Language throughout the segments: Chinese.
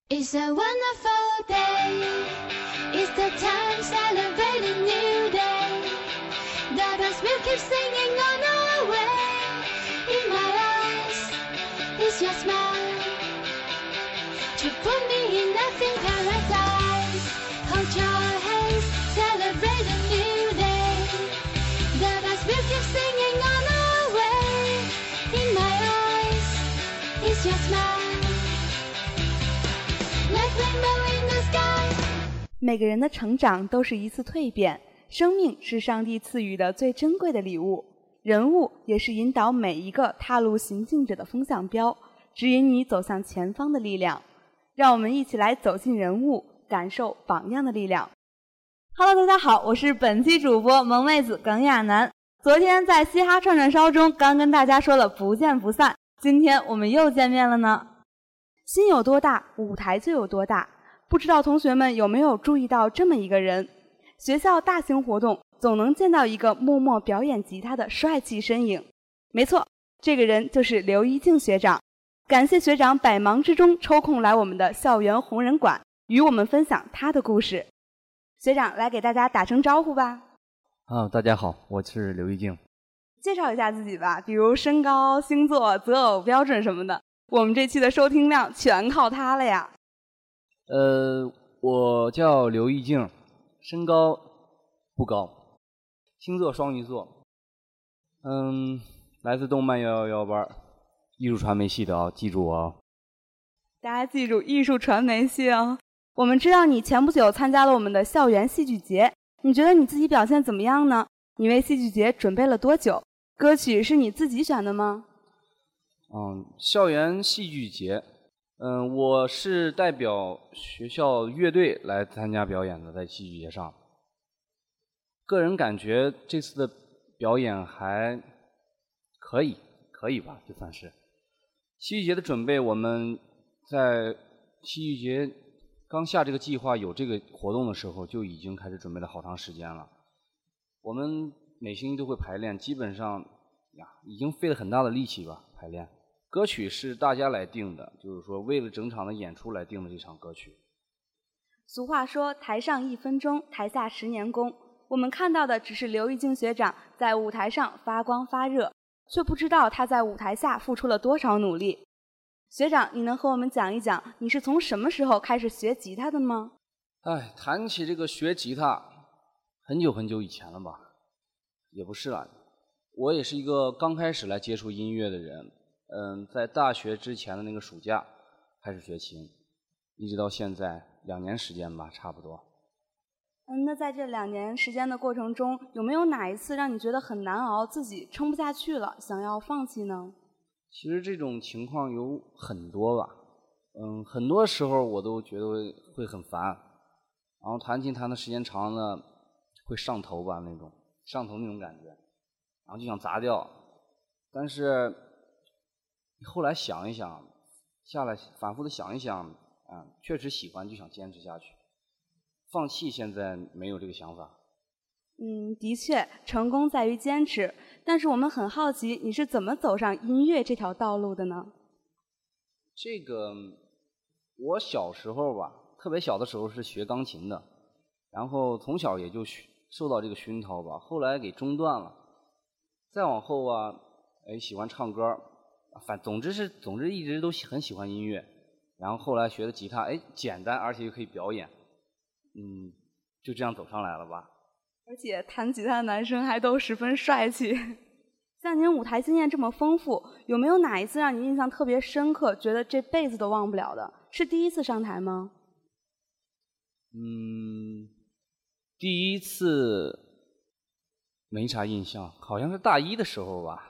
It's a wonderful day. It's the time celebrating new day. The birds will keep singing on our way. In my eyes, it's your smile to put me in nothing paradise. Hold your hands, celebrate a new day. The birds will keep singing on our way. In my eyes, it's your smile.Like rainbow in the sky. 每个人的成长都是一次蜕变，生命是上帝赐予的最珍贵的礼物，人物也是引导每一个踏入行进者的风向标，指引你走向前方的力量。让我们一起来走进人物，感受榜样的力量。Hello， 大家好，我是本期主播萌妹子耿亚楠。昨天在嘻哈串串烧中刚跟大家说了不见不散，今天我们又见面了呢。心有多大，舞台就有多大。不知道同学们有没有注意到这么一个人？学校大型活动总能见到一个默默表演吉他的帅气身影。没错，这个人就是刘一静学长。感谢学长百忙之中抽空来我们的校园红人馆，与我们分享他的故事。学长来给大家打声招呼吧。 大家好，我是刘一静。 介绍一下自己吧，比如身高、星座、择偶标准什么的。我们这期的收听量全靠他了呀。 我叫刘一静，身高不高，星座双鱼座，来自动漫111班，艺术传媒系的啊，记住我啊。 大家记住艺术传媒系哦。我们知道你前不久参加了我们的校园戏剧节，你觉得你自己表现怎么样呢？你为戏剧节准备了多久？歌曲是你自己选的吗？ 校园戏剧节，我是代表学校乐队来参加表演的，在戏剧节上。个人感觉这次的表演还可以吧，就算是。戏剧节的准备，我们在戏剧节刚下这个计划有这个活动的时候，就已经开始准备了好长时间了。我们每星期都会排练，基本上已经费了很大的力气吧，排练。歌曲是大家来定的，就是说为了整场的演出来定的这场歌曲。 俗话说台上1分钟，台下10年功。我们看到的只是刘一静学长在舞台上发光发热，却不知道他在舞台下付出了多少努力。学长，你能和我们讲一讲你是从什么时候开始学吉他的吗？ 谈起这个学吉他，很久很久以前了吧，也不是了。我也是一个刚开始来接触音乐的人。在大学之前的那个暑假开始学琴，一直到现在2年时间吧，差不多。 那在这2年时间的过程中，有没有哪一次让你觉得很难熬，自己撑不下去了，想要放弃呢？ 其实这种情况有很多吧，很多时候我都觉得会很烦，然后弹琴弹的时间长了会上头吧，上头那种感觉，然后就想砸掉，但是后来想一想，下来反复的想一想，确实喜欢就想坚持下去，放弃现在没有这个想法。 的确，成功在于坚持。但是我们很好奇，你是怎么走上音乐这条道路的呢？ 这个，我小时候吧，特别小的时候是学钢琴的，然后从小也就受到这个熏陶吧，后来给中断了。再往后喜欢唱歌。总之一直都很喜欢音乐，然后后来学的吉他，简单而且又可以表演，就这样走上来了吧。 而且弹吉他的男生还都十分帅气。像您舞台经验这么丰富，有没有哪一次让你印象特别深刻，觉得这辈子都忘不了的？是第一次上台吗？ 第一次没啥印象，好像是大一的时候吧。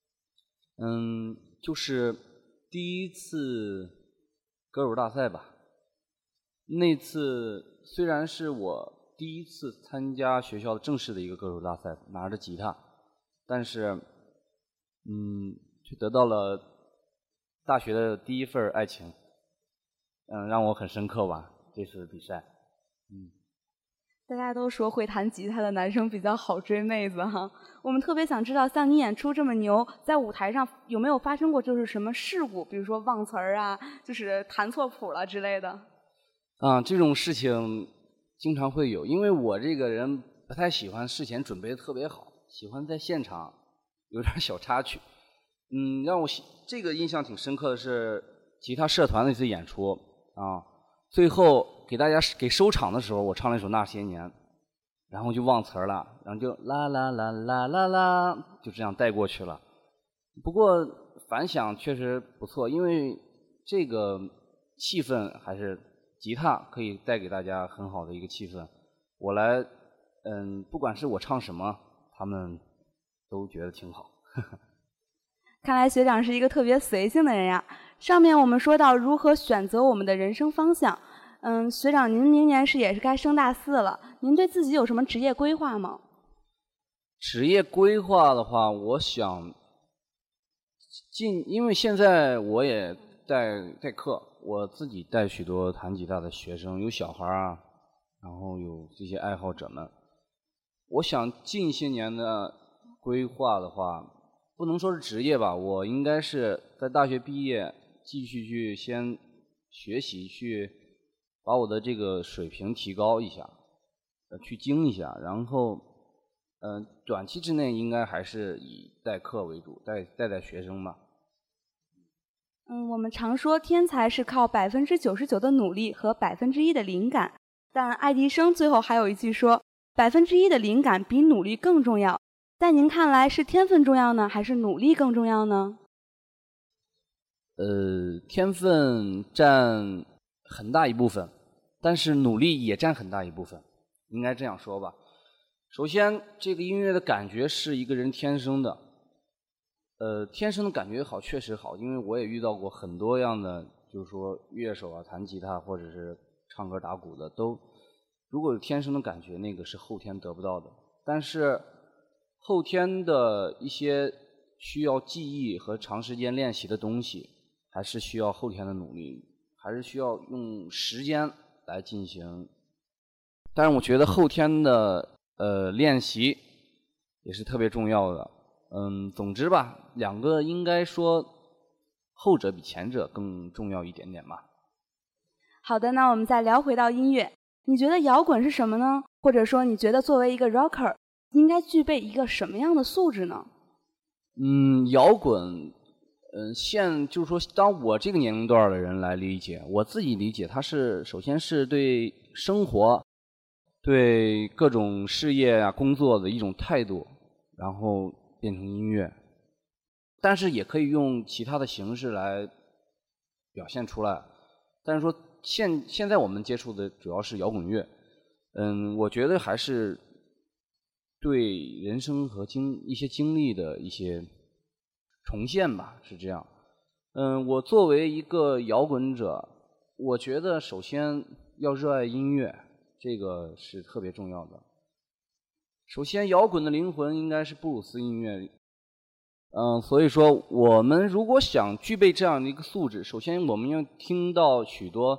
就是第一次歌手大赛吧。那次虽然是我第一次参加学校的正式的一个歌手大赛，拿着吉他，但是却得到了大学的第一份爱情，让我很深刻吧，这次比赛。 大家都说会弹吉他的男生比较好追妹子哈，我们特别想知道，像你演出这么牛，在舞台上有没有发生过就是什么事故，比如说忘词儿啊，就是弹错谱了之类的？ 啊，这种事情经常会有，因为我这个人不太喜欢事前准备的特别好，喜欢在现场有点小插曲。让我这个印象挺深刻的是吉他社团的一次演出啊，最后给收场的时候，我唱了一首《那些年》，然后就忘词儿了，然后就啦啦啦啦啦啦，就这样带过去了。不过反响确实不错，因为这个气氛还是吉他可以带给大家很好的一个气氛。我来，不管是我唱什么，他们都觉得挺好。 看来学长是一个特别随性的人呀。上面我们说到如何选择我们的人生方向，学长您明年也是该升大4了，您对自己有什么职业规划吗？ 职业规划的话，我想因为现在我也代课，我自己带许多弹吉他的学生，有小孩啊，然后有这些爱好者们。我想近些年的规划的话，不能说是职业吧，我应该是在大学毕业继续去先学习，去把我的这个水平提高一下，去精一下，然后短期之内应该还是以代课为主，带学生吧。 我们常说天才是靠99%的努力和1%的灵感，但爱迪生最后还有一句说，1%的灵感比努力更重要。在您看来，是天分重要呢，还是努力更重要呢？ 天分占很大一部分，但是努力也占很大一部分，应该这样说吧。首先，这个音乐的感觉是一个人天生的，天生的感觉好，确实好，因为我也遇到过很多样的，就是说乐手啊，弹吉他或者是唱歌打鼓的，如果有天生的感觉，那个是后天得不到的。但是后天的一些需要记忆和长时间练习的东西，还是需要后天的努力，还是需要用时间来进行。但是我觉得后天的练习也是特别重要的。总之吧，两个应该说后者比前者更重要一点点吧。 好的，那我们再聊回到音乐，你觉得摇滚是什么呢？或者说你觉得作为一个 rocker 应该具备一个什么样的素质呢？ 摇滚，就是说，当我这个年龄段的人来理解，我自己理解，它首先是对生活、对各种事业啊、工作的一种态度，然后变成音乐，但是也可以用其他的形式来表现出来。但是说现在我们接触的主要是摇滚乐，我觉得还是对人生和一些经历的一些重现吧，是这样。我作为一个摇滚者，我觉得首先要热爱音乐，这个是特别重要的。首先，摇滚的灵魂应该是布鲁斯音乐。所以说，我们如果想具备这样的一个素质，首先我们要听到许多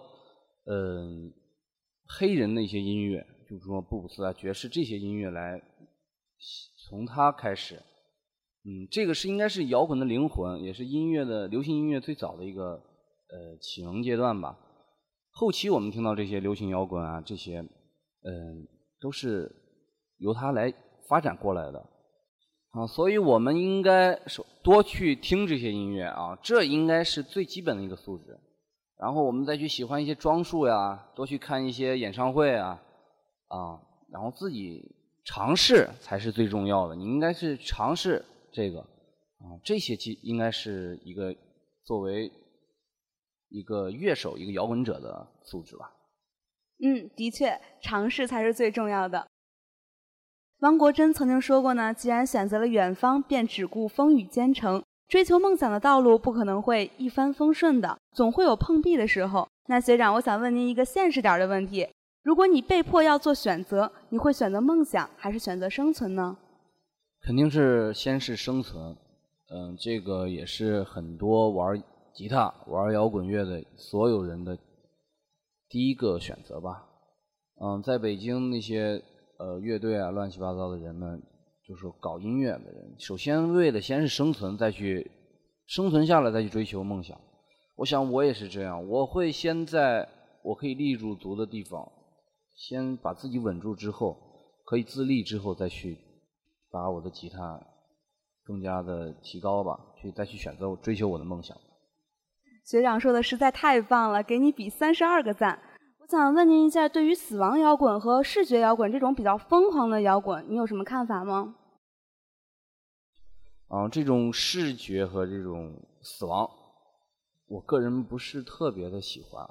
黑人的一些音乐，就是说布鲁斯啊、爵士这些音乐来从它开始。这个应该是摇滚的灵魂，也是流行音乐最早的一个启蒙阶段吧。后期我们听到这些流行摇滚啊，这些都是由它来发展过来的啊，所以我们应该多去听这些音乐啊，这应该是最基本的一个素质。然后我们再去喜欢一些装束呀，多去看一些演唱会啊，然后自己尝试才是最重要的。你应该是尝试这个这些应该是一个作为一个乐手、一个摇滚者的素质吧。 的确，尝试才是最重要的。汪国真曾经说过呢，既然选择了远方，便只顾风雨兼程。追求梦想的道路不可能会一帆风顺的，总会有碰壁的时候。那学长，我想问您一个现实点的问题，如果你被迫要做选择，你会选择梦想还是选择生存呢？ 肯定是先是生存。这个也是很多玩吉他、玩摇滚乐的所有人的第一个选择吧。 在北京那些乐队啊，乱七八糟的人们，就是搞音乐的人，首先为了先是生存，再去生存下来，再去追求梦想。我想我也是这样，我会先在我可以立住足的地方，先把自己稳住之后，可以自立之后，再去把我的吉他更加的提高吧，再去选择追求我的梦想。 学长说的实在太棒了，给你比32个赞。我想问您一下，对于死亡摇滚和视觉摇滚这种比较疯狂的摇滚，你有什么看法吗？ 这种视觉和这种死亡，我个人不是特别的喜欢。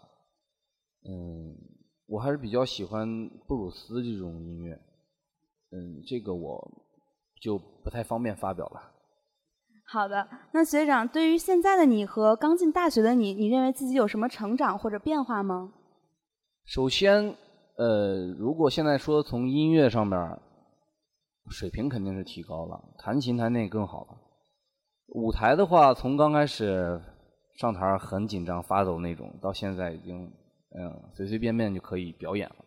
我还是比较喜欢布鲁斯这种音乐。这个我就不太方便发表了。 好的，那学长，对于现在的你和刚进大学的你，你认为自己有什么成长或者变化吗？ 首先，如果现在说从音乐上面，水平肯定是提高了，弹琴弹得更好了。舞台的话，从刚开始上台很紧张发抖那种，到现在已经随随便便就可以表演了。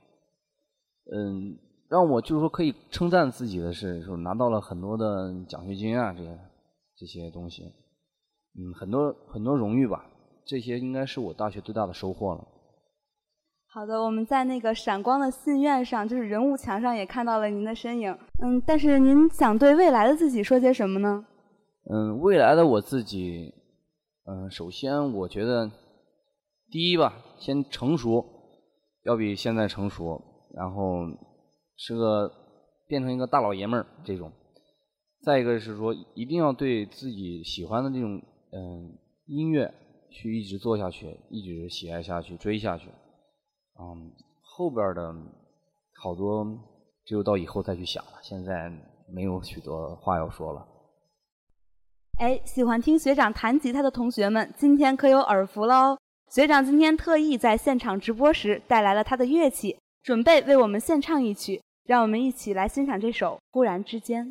让我就是说可以称赞自己的是，说拿到了很多的奖学金啊，这些东西，很多荣誉吧，这些应该是我大学最大的收获了。 好的，我们在那个闪光的信院上，就是人物墙上也看到了您的身影。但是您想对未来的自己说些什么呢？ 未来的我自己，首先我觉得，第一吧，先成熟，要比现在成熟，然后变成一个大老爷们儿这种。再一个是说，一定要对自己喜欢的这种音乐去一直做下去，一直喜爱下去，追下去。后边的好多只有到以后再去想了，现在没有许多话要说了。 喜欢听学长弹吉他的同学们，今天可有耳福了哦！学长今天特意在现场直播时带来了他的乐器，准备为我们献唱一曲，让我们一起来欣赏这首《忽然之间》。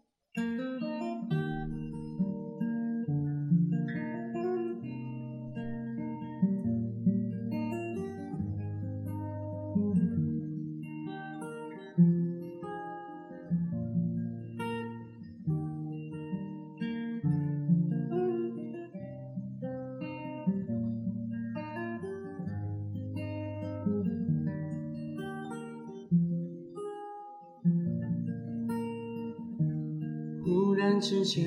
忽然之间，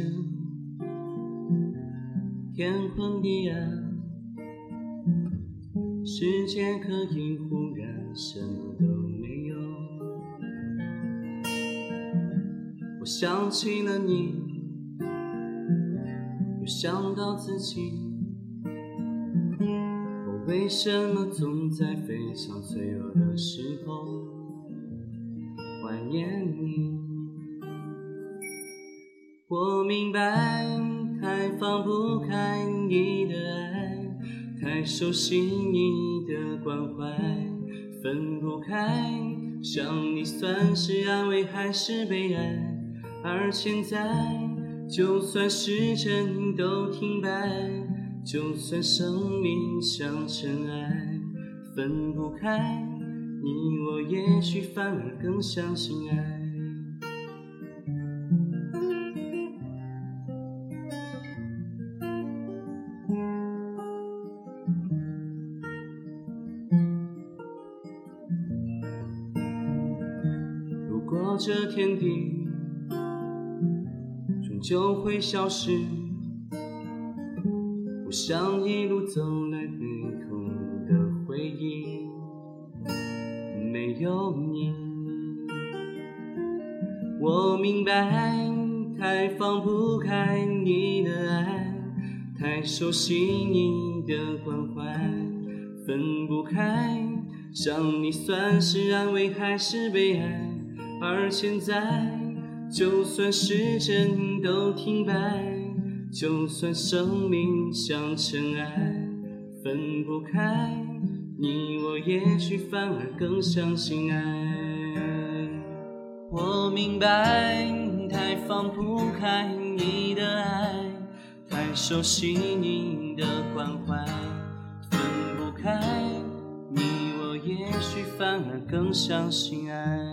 天昏地暗，世界可以忽然什么都没有。我想起了你，又想到自己，我为什么总在非常脆弱的时候怀念你？我明白，太放不开你的爱，太熟悉你的关怀，分不开，想你算是安慰还是悲哀？而现在，就算时针都停摆，就算生命像尘埃，分不开，你我也许反而更相信爱。这天地终究会消失，不想一路走来被空的回忆，没有你。我明白，太放不开你的爱，太熟悉你的关怀，分不开，想你算是安慰还是悲哀？而现在，就算时针都停摆，就算生命像尘埃，分不开，你我也许反而更相信爱。我明白，太放不开你的爱，太熟悉你的关怀，分不开，你我也许反而更相信爱。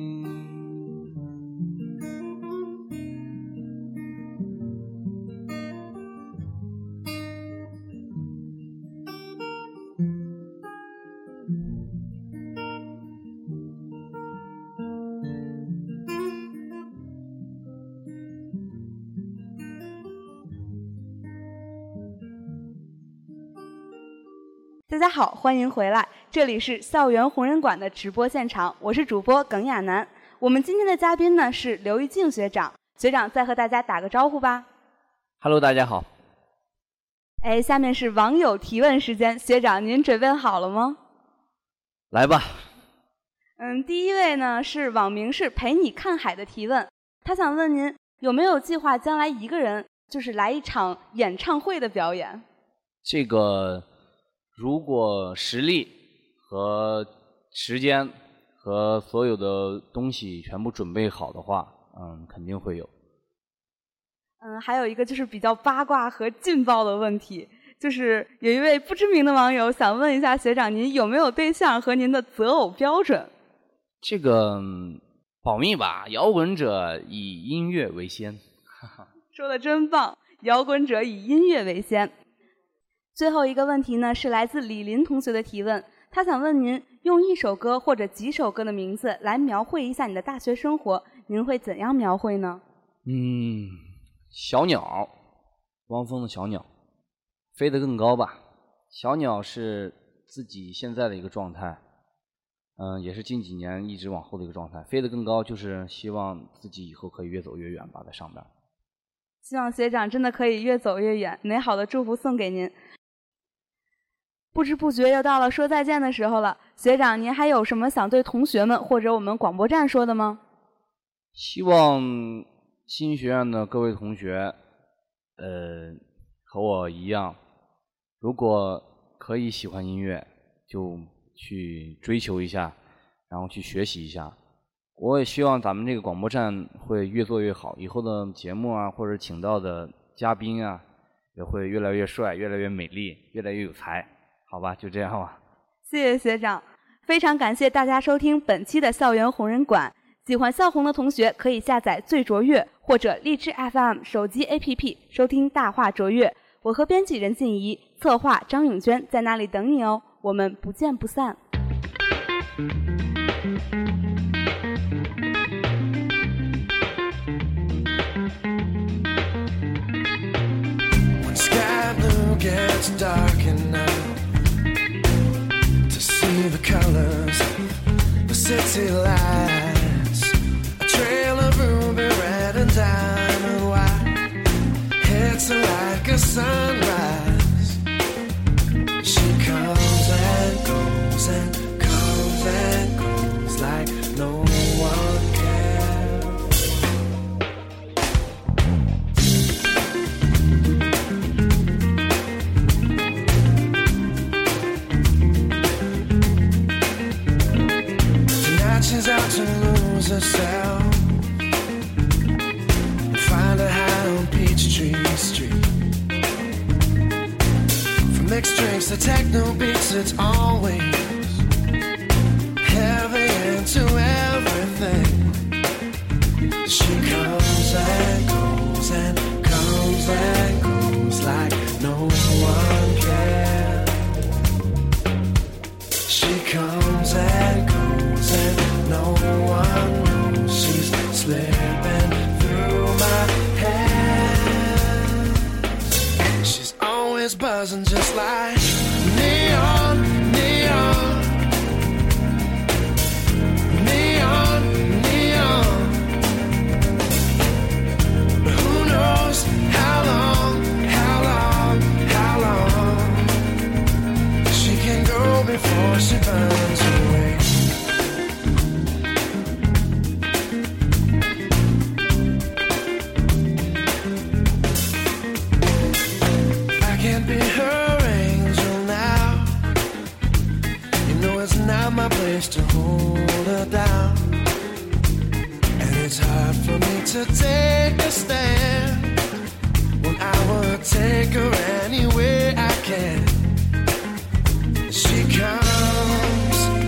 大家好，欢迎回来，这里是校园红人馆的直播现场，我是主播耿亚楠。我们今天的嘉宾呢是刘玉静学长，学长再和大家打个招呼吧。 Hello， 大家好。 下面是网友提问时间，学长您准备好了吗？ 来吧。 第一位呢是网名是陪你看海的提问，他想问您有没有计划将来一个人就是来一场演唱会的表演？ 这个如果实力和时间和所有的东西全部准备好的话，肯定会有。 还有一个就是比较八卦和劲爆的问题，就是有一位不知名的网友想问一下学长，您有没有对象和您的择偶标准？ 这个保密吧，摇滚者以音乐为先。 说的真棒，摇滚者以音乐为先。最后一个问题呢是来自李林同学的提问，他想问您用一首歌或者几首歌的名字来描绘一下你的大学生活，您会怎样描绘呢？ 小鸟，汪峰的小鸟，飞得更高吧。小鸟是自己现在的一个状态，也是近几年一直往后的一个状态。飞得更高就是希望自己以后可以越走越远吧，在上边。 希望学长真的可以越走越远，美好的祝福送给您。不知不觉又到了说再见的时候了，学长您还有什么想对同学们或者我们广播站说的吗？ 希望新学院的各位同学和我一样，如果可以喜欢音乐就去追求一下，然后去学习一下。我也希望咱们这个广播站会越做越好，以后的节目啊或者请到的嘉宾啊也会越来越帅，越来越美丽，越来越有才。好吧，就这样吧。 谢谢学长，非常感谢大家收听本期的校园红人馆。喜欢校红的同学可以下载最卓越或者荔枝 FM 手机 APP 收听大话卓越。我和编辑任静怡、策划张永娟在那里等你哦，我们不见不散。 Gets dark enough to see the colors of the city lights, a trail of ruby red and diamond white hits her like a sunrise. She comes and goes and comes and goes like no one She's out to lose herself and find her high on Peachtree Street. From mixed drinks to techno beats, it's always heavy into everything. She comes and goes and comes and goes like no one cares. She comes and goes and no one knows she's slipping through my hands. She's always buzzing just like neon, neon, neon, neon. But who knows how long, how long, how long she can go before she burns away. Be her angel now. You know it's not my place to hold her down, and it's hard for me to take a stand when I would take her anywhere I can. She comes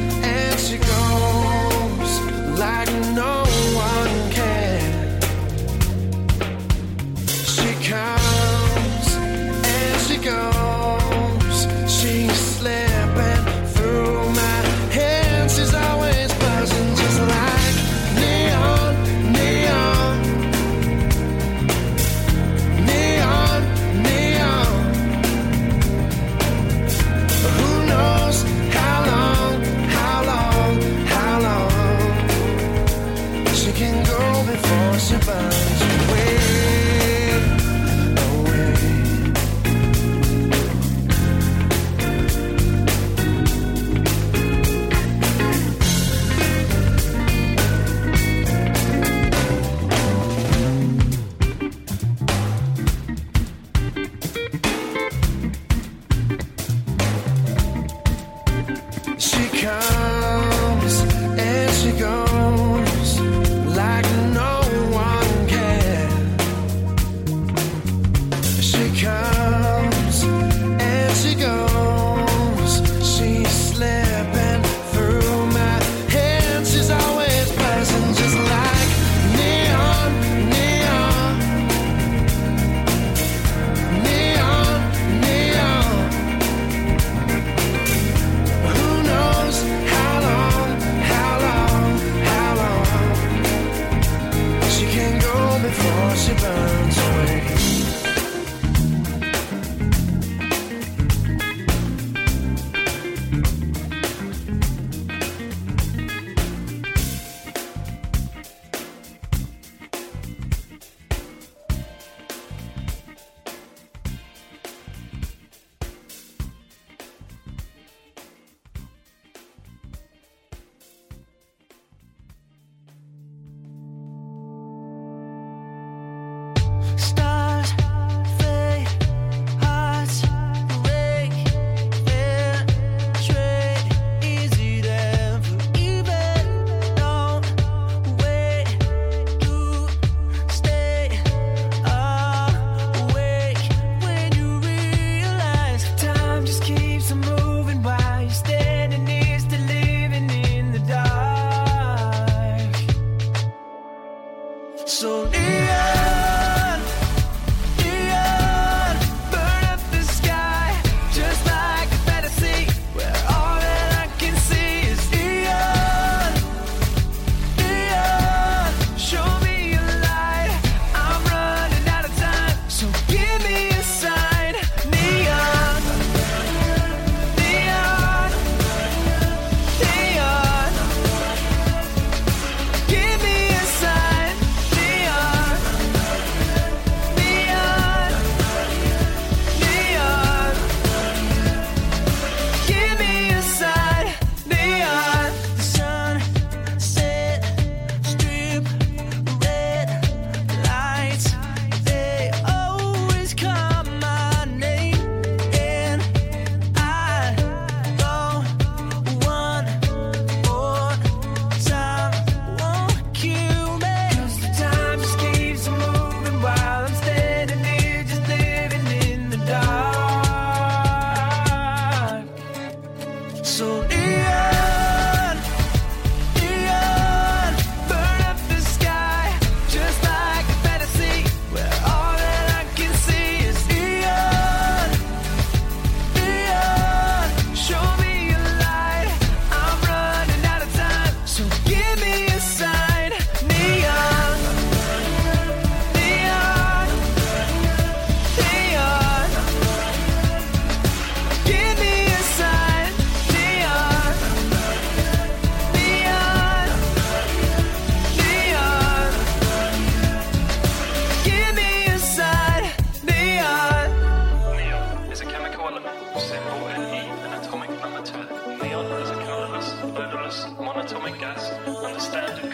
neon as a colorless, odorless, monatomic gas, understand